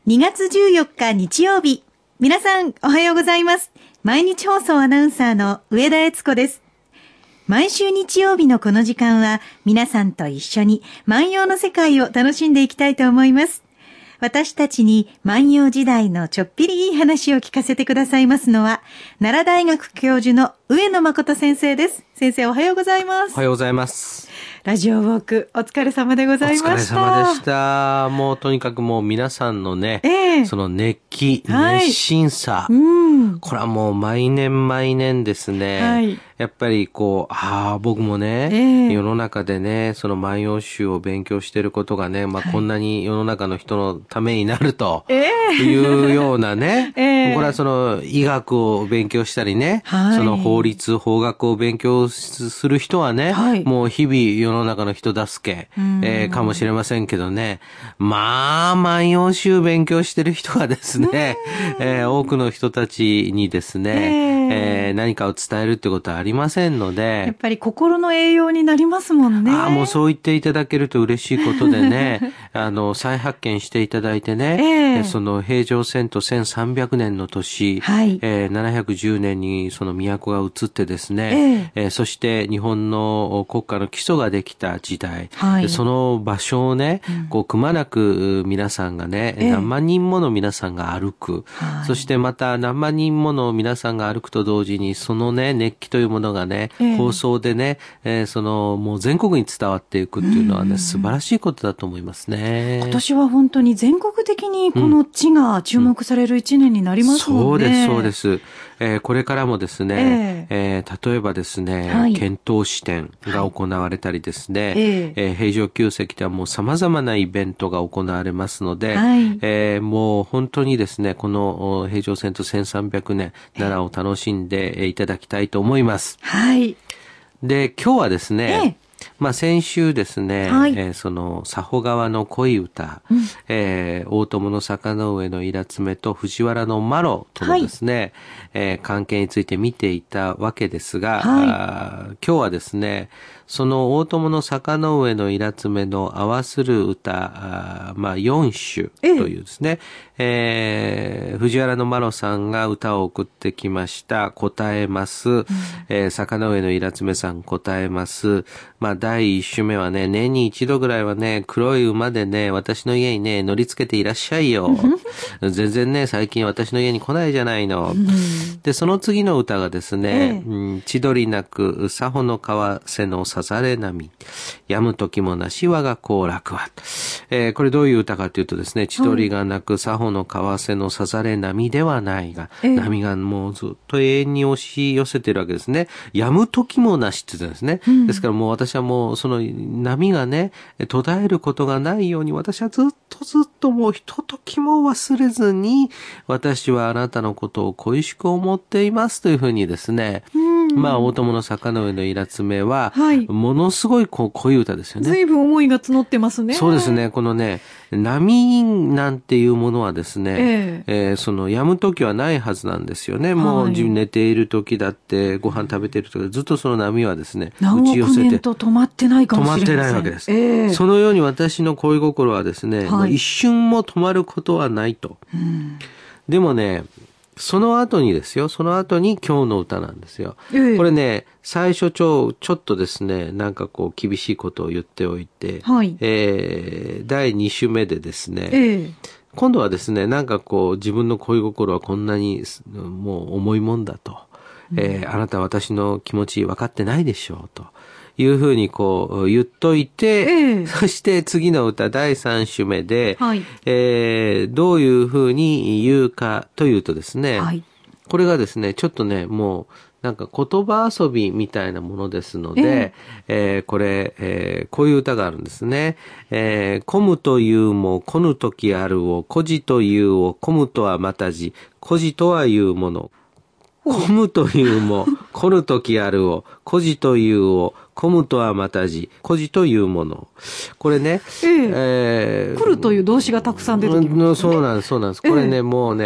2月14日日曜日。皆さんおはようございます。毎日放送アナウンサーの上田悦子です。毎週日曜日のこの時間は皆さんと一緒に万葉の世界を楽しんでいきたいと思います。私たちに万葉時代のちょっぴりいい話を聞かせてくださいますのは奈良大学教授の上野誠先生です。先生おはようございます。 おはようございます。 ラジオウォークお疲れ様でございました。 お疲れ様でした。もうとにかくもう皆さんのね、その熱気、熱心さ、これはもう毎年ですね、やっぱりこう、僕もね、世の中でね、その万葉集を勉強していることがね、こんなに世の中の人のためになるというようなね、これはその医学を勉強したりね、その法律、法学を勉強する人はね、もう日々世の中の人助け、かもしれませんけどね、万葉集勉強してる人がですね、多くの人たちにですね、何かを伝えるってことはありませんので、 やっぱり心の栄養になりますもんね。 もうそう言っていただけると嬉しいことでね、再発見していただいてね、その平城遷都1300年の年、710年にその都が移ってですね、そして日本の国家の基礎ができた時代、その場所をね、こうくまなく皆さんがね、何万人もの皆さんが歩く、そしてまた何万人もの皆さんが歩くと同時にそのね、熱気というものがね、放送でね、そのもう全国に伝わっていくっていうのはね、素晴らしいことだと思いますね。 今年は本当に全国的にこの地が注目される一年になりますもんね。 そうです。これからもですね、例えばですね、遣唐使展が行われたりですね、平城宮跡ではもう様々なイベントが行われますので、もう本当にですね、この平城遷都1300年、奈良を楽しんでいただきたいと思います。で、今日はですね、先週ですね、その佐保川の恋歌、大友の坂の上のイラツメと藤原のマロとのですね、関係について見ていたわけですが、今日はですね、その大友の坂の上のイラツメの合わする歌、4首というですね、藤原のマロさんが歌を送ってきました。答えます。坂の上のイラツメさん答えます。第一首目はね、年に一度ぐらいはね、黒い馬でね、私の家にね、乗り付けていらっしゃいよ。全然ね、最近私の家に来ないじゃないの。で、その次の歌がですね、千鳥なく、佐保の川瀬のさざれ波、やむ時もなし我が行楽は。これどういう歌かというとですね、千鳥がなく、佐保の川瀬のさざれ波ではないが、波がもうずっと永遠に押し寄せてるわけですね。やむ時もなしって言ってたんですね。ですからもう私はもうその波がね、途絶えることがないように、私はずっともうひとときも忘れずに、私はあなたのことを恋しく思っていますというふうにですね、大友の坂の上のイラツメは、ものすごい恋歌ですよね。 随分思いが募ってますね。 そうですね。このね、波なんていうものはですね、その止む時はないはずなんですよね。もう自分寝ている時だって、ご飯食べている時だって、ずっとその波はですね、打ち寄せて。 何億年と止まってないかもしれません。 止まってないわけです。そのように私の恋心はですね、一瞬も止まることはないと。でもね、その後に今日の歌なんですよ。これね、最初ちょっとですね、なんかこう厳しいことを言っておいて、第2首目でですね、今度はですね、なんかこう自分の恋心はこんなにもう重いもんだと、あなたは私の気持ち分かってないでしょうと。いうふうにこう言っといて、そして次の歌第3首目で、どういうふうに言うかというとですね、これがですね、ちょっとね、もうなんか言葉遊びみたいなものですので、これ、こういう歌があるんですね。こむというもこぬときあるを、こじというをこむとはまたじ、こじとはいうもの。こむというも、こるときあるを、こじというを、こむとはまたじ、こじというもの。これね、 来るという動詞がたくさん出てきますね。 そうなんです。これね、もうね、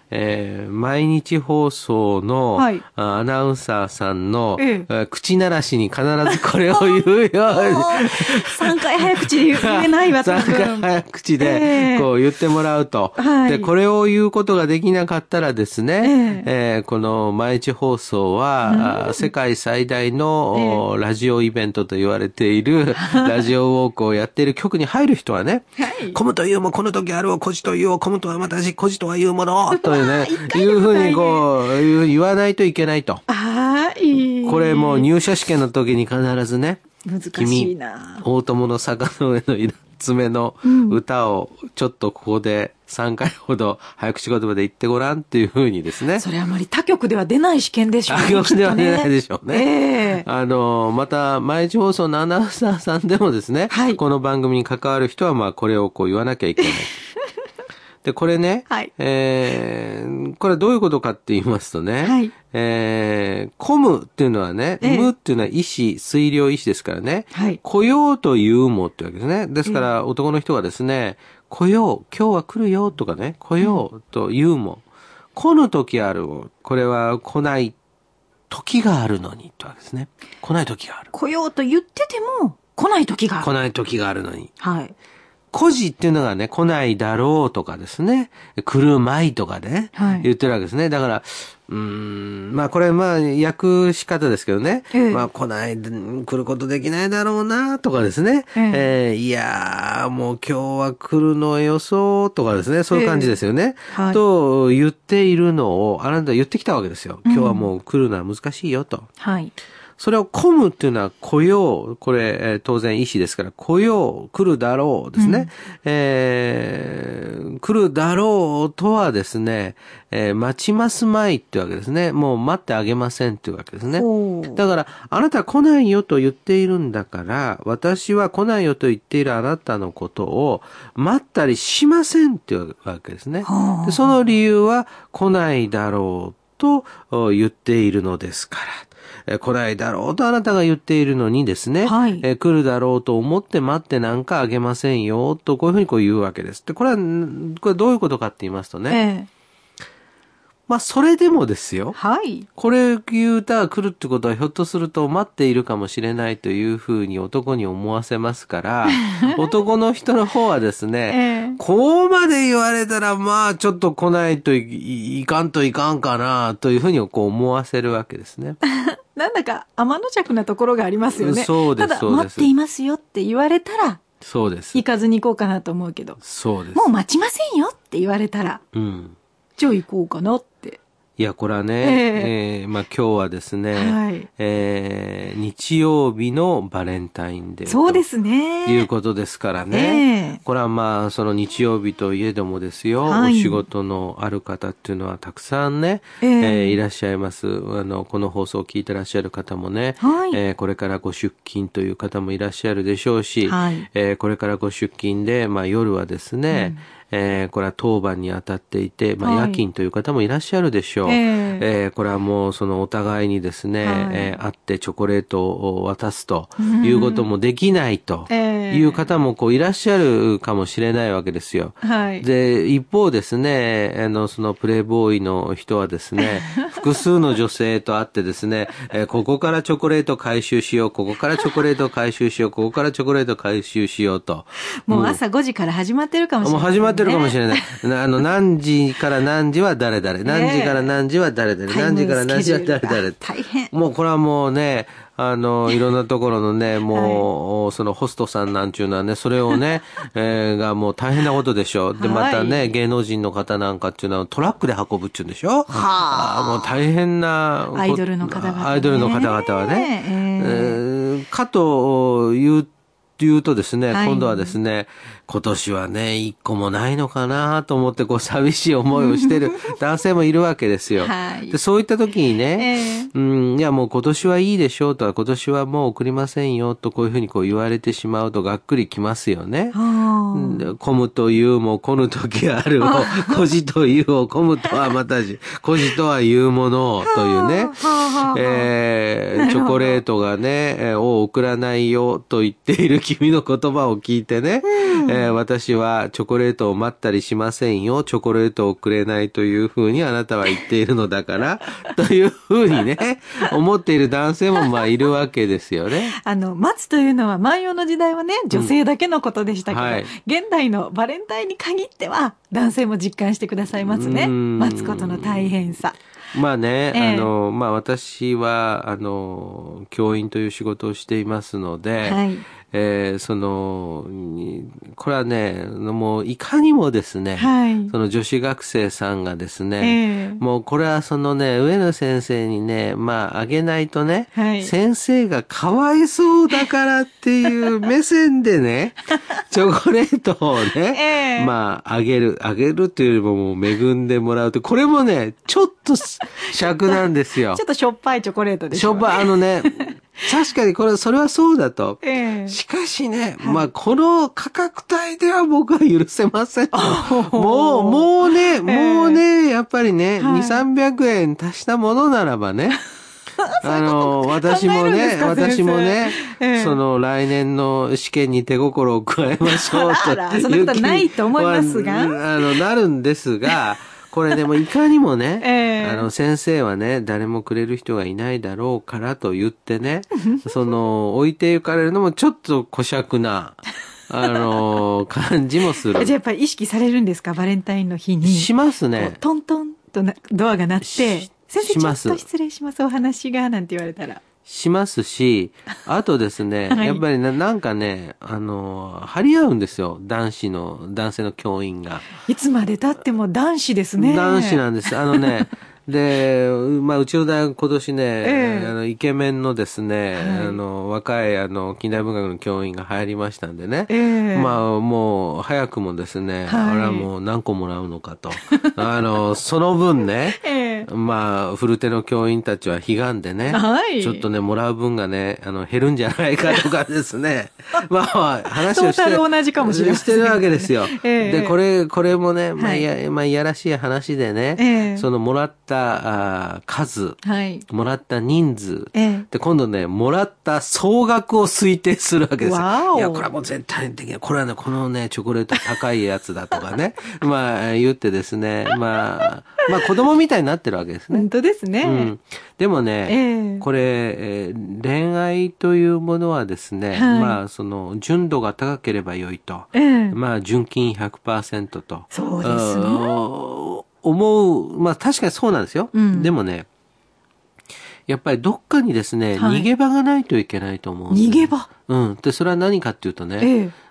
毎日放送の、はい、アナウンサーさんの、口鳴らしに必ずこれを言うように。 3回早口で言えないわ、 3回早口で、こう言ってもらうと。で、これを言うことができなかったらですね、この毎日放送は、世界最大の、ラジオイベントと言われている、ラジオウォークをやっている局に入る人はね、コムというもこの時あるを、コジというを、コムとはまたし、コジとはいうもの、というね、いうふうにこう、言わないといけないと。これもう入社試験の時に必ずね、 難しいな。 大友の坂の上の爪の歌をちょっとここで3回ほど早口言葉で言ってごらんっていうふうにですね。 それあまり他局では出ない試験でしょうね。 他局では出ないでしょうね。また毎日放送のアナウンサーさんでもですね、はい、この番組に関わる人はまあこれをこう言わなきゃいけない。で、これね、はい、これはどういうことかって言いますとね、はい、込むっていうのはね、無っていうのは意志、推量意志ですからね、はい、来ようというもってわけですね。ですから、男の人がですね、来よう、今日は来るよとかね、来ようというも、来ぬ時あるを、これは来ない時があるのにってわけですね。来ない時がある。 来ようと言ってても、来ない時がある。 来ない時があるのに。 はい。 来じっていうのがね、来ないだろうとかですね、来るまいとかね、はい、言ってるわけですね。だから、まあこれまあ訳し方ですけどね、まあ来ることできないだろうなとかですね、いやーもう今日は来るのよそうとかですね、そういう感じですよね。はい、と言っているのをあなたは言ってきたわけですよ。今日はもう来るのは難しいよと。はい。それを込むっていうのは来よう。これ、当然意思ですから、来よう、来るだろうですね。来るだろうとはですね、待ちますまいってわけですね。もう待ってあげませんっていうわけですね。だから、あなたは来ないよと言っているんだから、私は来ないよと言っているあなたのことを待ったりしませんっていうわけですね。でその理由は来ないだろうと言っているのですから。来ないだろうとあなたが言っているのにですね、はい、来るだろうと思って待ってなんかあげませんよとこういうふうにこう言うわけです。で、これどういうことかって言いますとね、まあそれでもですよ。はい。これ言う歌が来るってことはひょっとすると待っているかもしれないというふうに男に思わせますから、男の人の方はですね、こうまで言われたらまあちょっと来ないといかんかなというふうにこう思わせるわけですね。 なんだか天の弱なところがありますよね。 そうです、 ただ待っていますよって言われたら、 そうです。 行かずに行こうかなと思うけど、 そうです。 もう待ちませんよって言われたら、じゃあ行こうかなって。 いや、これはね、まあ今日はですね、はい、日曜日のバレンタインデーそうですね。 ということですからね、これはまあその日曜日といえどもですよ、はい、お仕事のある方っていうのはたくさんね、いらっしゃいます。この放送を聞いてらっしゃる方もね、はいこれからご出勤という方もいらっしゃるでしょうし、はいこれからご出勤で、まあ夜はですね、これは当番に当たっていて、まあ、夜勤という方もいらっしゃるでしょう。これはもうそのお互いにですね、会ってチョコレートを渡すということもできないという方もこういらっしゃるかもしれないわけですよ。で、一方ですね、そのプレイボーイの人はですね、複数の女性と会ってですね、ここからチョコレート回収しよう、ここからチョコレート回収しよう、ここからチョコレート回収しようと。 もう朝5時から始まってるかもしれない、ね。 もう始まってるかもしれない。何時から何時は誰々、何時から何時は誰々、何時から何時は誰々。 大変。 もうこれはもうね、いろんなところのね、もう、はい、そのホストさんなんちゅうのはね、それをね、がもう大変なことでしょ。で、またね、芸能人の方なんかっていうのはトラックで運ぶっちゅうんでしょ。もう大変な。 アイドルの方々、ね。 アイドルの方々はね。かと言うとですね、今度はですね、今年はね、一個もないのかなと思ってこう寂しい思いをしてる男性もいるわけですよ。でそういった時にね、いやもう今年はいいでしょうとか、今年はもう送りませんよとこういうふうにこう言われてしまうとがっくりきますよね。込むというも来ぬ時あるを、こじというを込むとはまたじ、こじとはいうものをというね、チョコレートがね、を送らないよと言っている君の言葉を聞いてね、私はチョコレートを待ったりしませんよ。チョコレートをくれないというふうにあなたは言っているのだから、というふうにね、思っている男性もまあいるわけですよね。 待つというのは万葉の時代はね、女性だけのことでしたけど、はい、現代のバレンタインに限っては男性も実感してくださいますね。待つことの大変さ。 まあね、まあ私は、教員という仕事をしていますので、はい、これはね、もういかにもですね、はい、その女子学生さんがですね、もうこれはそのね、上野先生にね、まああげないとね、はい、先生がかわいそうだからっていう目線でね、チョコレートをね、まああげるというよりももう恵んでもらうと、これもね、ちょっと尺なんですよ。 ちょっとしょっぱいチョコレートでしょうね。 しょっぱい、確かにそれはそうだと。しかしね、はい、まあ、この価格帯では僕は許せません。もうね、やっぱりね、はい、2、300円足したものならばね、私もね、その来年の試験に手心を加えましょうというそんなことないと思いますが。 なるんですが、これでもいかにもね、先生はね、誰もくれる人がいないだろうからと言ってね、置いて行かれるのもちょっと小尺な、感じもする。 じゃあやっぱり意識されるんですか、バレンタインの日に。 しますね。 トントンとドアが鳴って、先生ちょっと失礼します、お話が、なんて言われたら。 しますし、あとですね、はい、やっぱりなんかね、張り合うんですよ、男性の教員が。 いつまで経っても男子ですね。 男子なんです。で、まあ、うちの大学今年ね、イケメンのですね、はい、若い、近代文学の教員が入りましたんでね、まあ、もう、早くもですね、はい、あれはもう何個もらうのかと。その分ね、まあ、古手の教員たちは悲願でね、はい、ちょっとね、もらう分がね、減るんじゃないかとかですね、まあ、話をして、 同じかもしれませんね、 してるわけですよ。で、これもね、まあ、いやらしい話でね、もらった数、はい、もらった人数、で、今度ね、もらった総額を推定するわけですよ。いや、これはもう絶対的に、これはね、このね、チョコレート高いやつだとかね、まあ、言ってですね、まあ、子供みたいになってるわけですね。 本当ですね。 うん。でもね、これ、恋愛というものはですね、はい、まあ、純度が高ければ良いと。まあ、純金 100% と。 そうですね。 まあ確かにそうなんですよ。でもね、やっぱりどっかにですね、はい、逃げ場がないといけないと思うんです。 逃げ場？ で、それは何かっていうとね、例え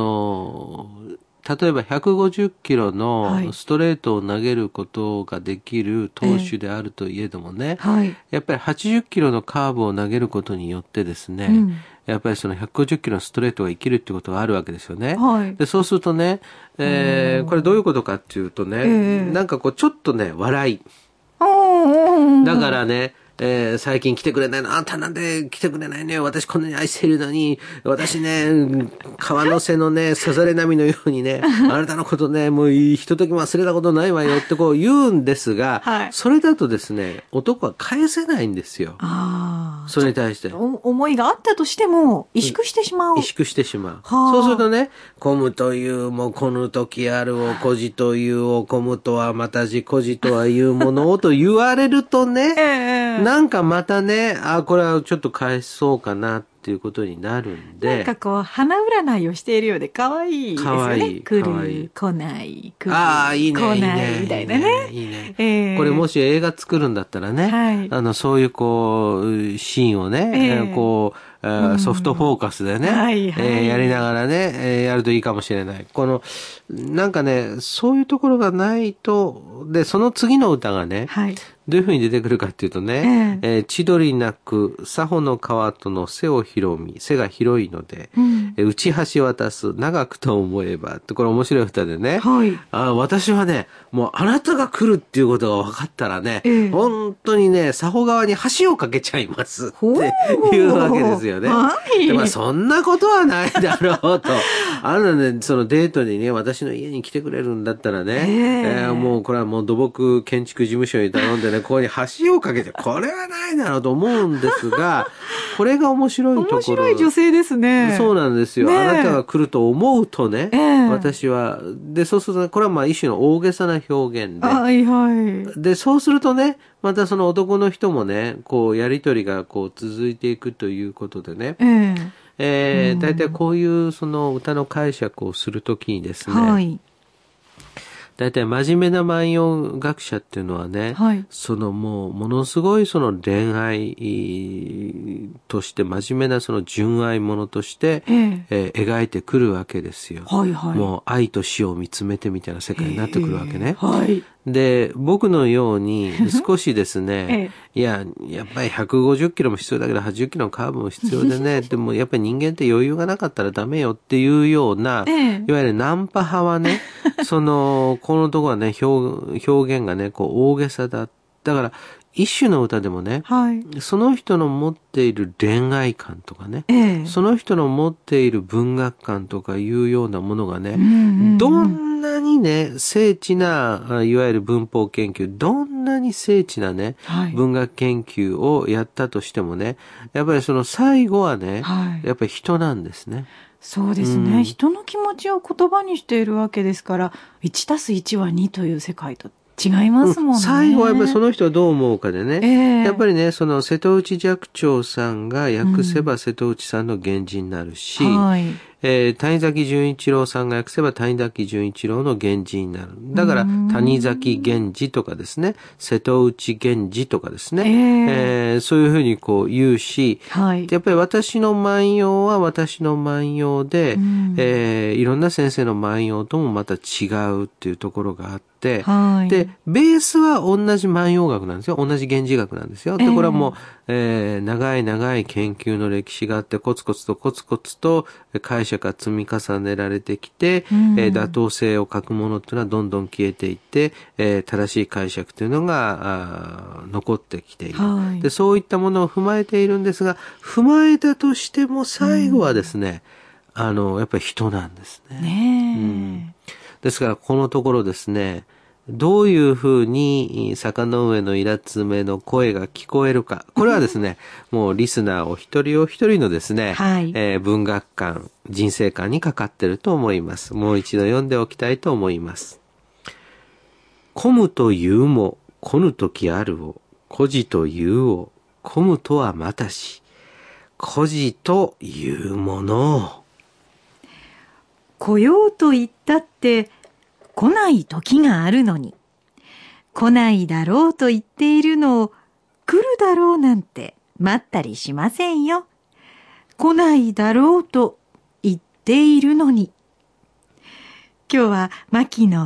ば150キロのストレートを投げることができる投手であるといえどもね、やっぱり80キロのカーブを投げることによってですね、やっぱりその150キロのストレートが生きるってことがあるわけですよね。はい、で、そうするとね、これどういうことかっていうとね、なんかこうちょっとね、笑い。だからね、最近来てくれないの、あんたなんで来てくれないのよ、私こんなに愛してるのに、私ね、川の瀬のね、さざれ波のようにね、あなたのことね、もうひとときも忘れたことないわよってこう言うんですが、はい、それだとですね、男は返せないんですよ。それに対して。 思いがあったとしても、萎縮してしまう。 萎縮してしまう。そうするとね、こむというもこぬときあるをこじというをこむとはまたじこじとはいうものをと言われるとね、なんかまたね、これはちょっと返そうかなっていうことになるんで。 なんかこう、花占いをしているようで可愛いですよね。可愛い。来る、来ない、来る、 いいね、 来ない、みたいなね。 いいね。これもし映画作るんだったらね、はい、そういうこう、シーンをね、こう、ソフトフォーカスでね、やりながらね、やるといいかもしれない。なんかね、そういうところがないと、で、その次の歌がね、どういうふうに出てくるかっていうとね、千鳥なく、佐穂の川との背を広み、背が広いので、内橋渡す、長くと思えば、ってこれ面白い歌でね、私はね、もうあなたが来るっていうことが分かったらね、本当にね、佐穂川に橋を架けちゃいますっていうわけですよね。でまあ、そんなことはないだろうと。ね、そのデートにね、私の家に来てくれるんだったらね、もうこれはもう土木建築事務所に頼んでね、 ここに橋を架けて、これはないだろうと思うんですが、これが面白いところ。 面白い女性ですね。 そうなんですよ。あなたが来ると思うとね、私は、で、そうすると、これは一種の大げさな表現で。 はいはい。 で、そうするとね、またその男の人もね、やりとりが続いていくということでね。大体こういうその歌の解釈をするときにですね、はい、大体真面目な万葉学者っていうのはね、はい、ものすごいその恋愛として真面目なその純愛ものとして、描いてくるわけですよ。はいはい、もう愛と死を見つめてみたいな世界になってくるわけね。はい、で、僕のように少しですね、やっぱり150キロも必要だけど80キロのカーブも必要でね、でもやっぱり人間って余裕がなかったらダメよっていうような、いわゆるナンパ派はね、このとこはね、表現がね、大げさだ。だから、一種の歌でもね、はい、その人の持っている恋愛観とかね、その人の持っている文学観とかいうようなものがね、どんなにね、精緻な、いわゆる文法研究、どんなに精緻なね、はい、文学研究をやったとしてもね、やっぱりその最後はね、はい、やっぱり人なんですね。 そうですね、人の気持ちを言葉にしているわけですから、1+1は2という世界と違いますもんね。 最後はやっぱりその人はどう思うかでね。やっぱりね、その瀬戸内寂聴さんが訳せば瀬戸内さんの源氏になるし、はい、谷崎潤一郎さんが訳せば谷崎潤一郎の源氏になる。だから、谷崎源氏とかですね、瀬戸内源氏とかですね、そういうふうに言うし、はい、やっぱり私の万葉は私の万葉で、いろんな先生の万葉ともまた違うっていうところがあって、はい、で、ベースは同じ万葉学なんですよ。同じ源氏学なんですよ。で、これはもう、長い長い研究の歴史があって、コツコツと解釈が積み重ねられてきて、妥当性を欠くものっていうのはどんどん消えていって、正しい解釈というのが残ってきている、はい、で。そういったものを踏まえているんですが、踏まえたとしても最後はですね、やっぱり人なんですね。ですからこのところですね、どういうふうに坂の上のイラつめの声が聞こえるか。これはですね、もうリスナーお一人お一人のですね、はい、文学観、人生観にかかっていると思います。もう一度読んでおきたいと思います。込むというも、来ぬときあるを、孤児というを、込むとはまたし、孤児というものを。 来ようと言ったって、来ない時があるのに、来ないだろうと言っているのを来るだろうなんて待ったりしませんよ。来ないだろうと言っているのに。今日は牧野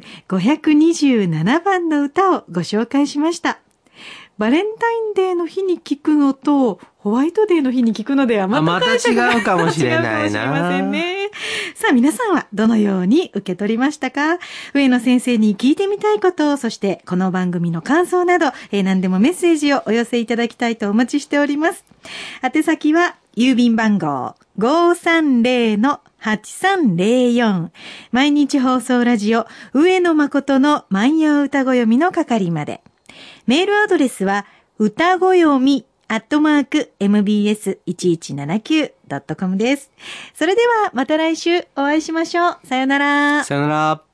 4、527番の歌をご紹介しました。バレンタインデーの日に聞くのとホワイトデーの日に聞くのではまた違うかもしれないな。違うかもしれませんね。さあ皆さんはどのように受け取りましたか？上野先生に聞いてみたいこと、そしてこの番組の感想など、何でもメッセージをお寄せいただきたいとお待ちしております。宛先は郵便番号 530-8304 毎日放送ラジオ上野誠の万葉歌ごよみの係まで。メールアドレスは歌ごよみ@mbs1179.com です。それではまた来週お会いしましょう。さよなら。 さよなら。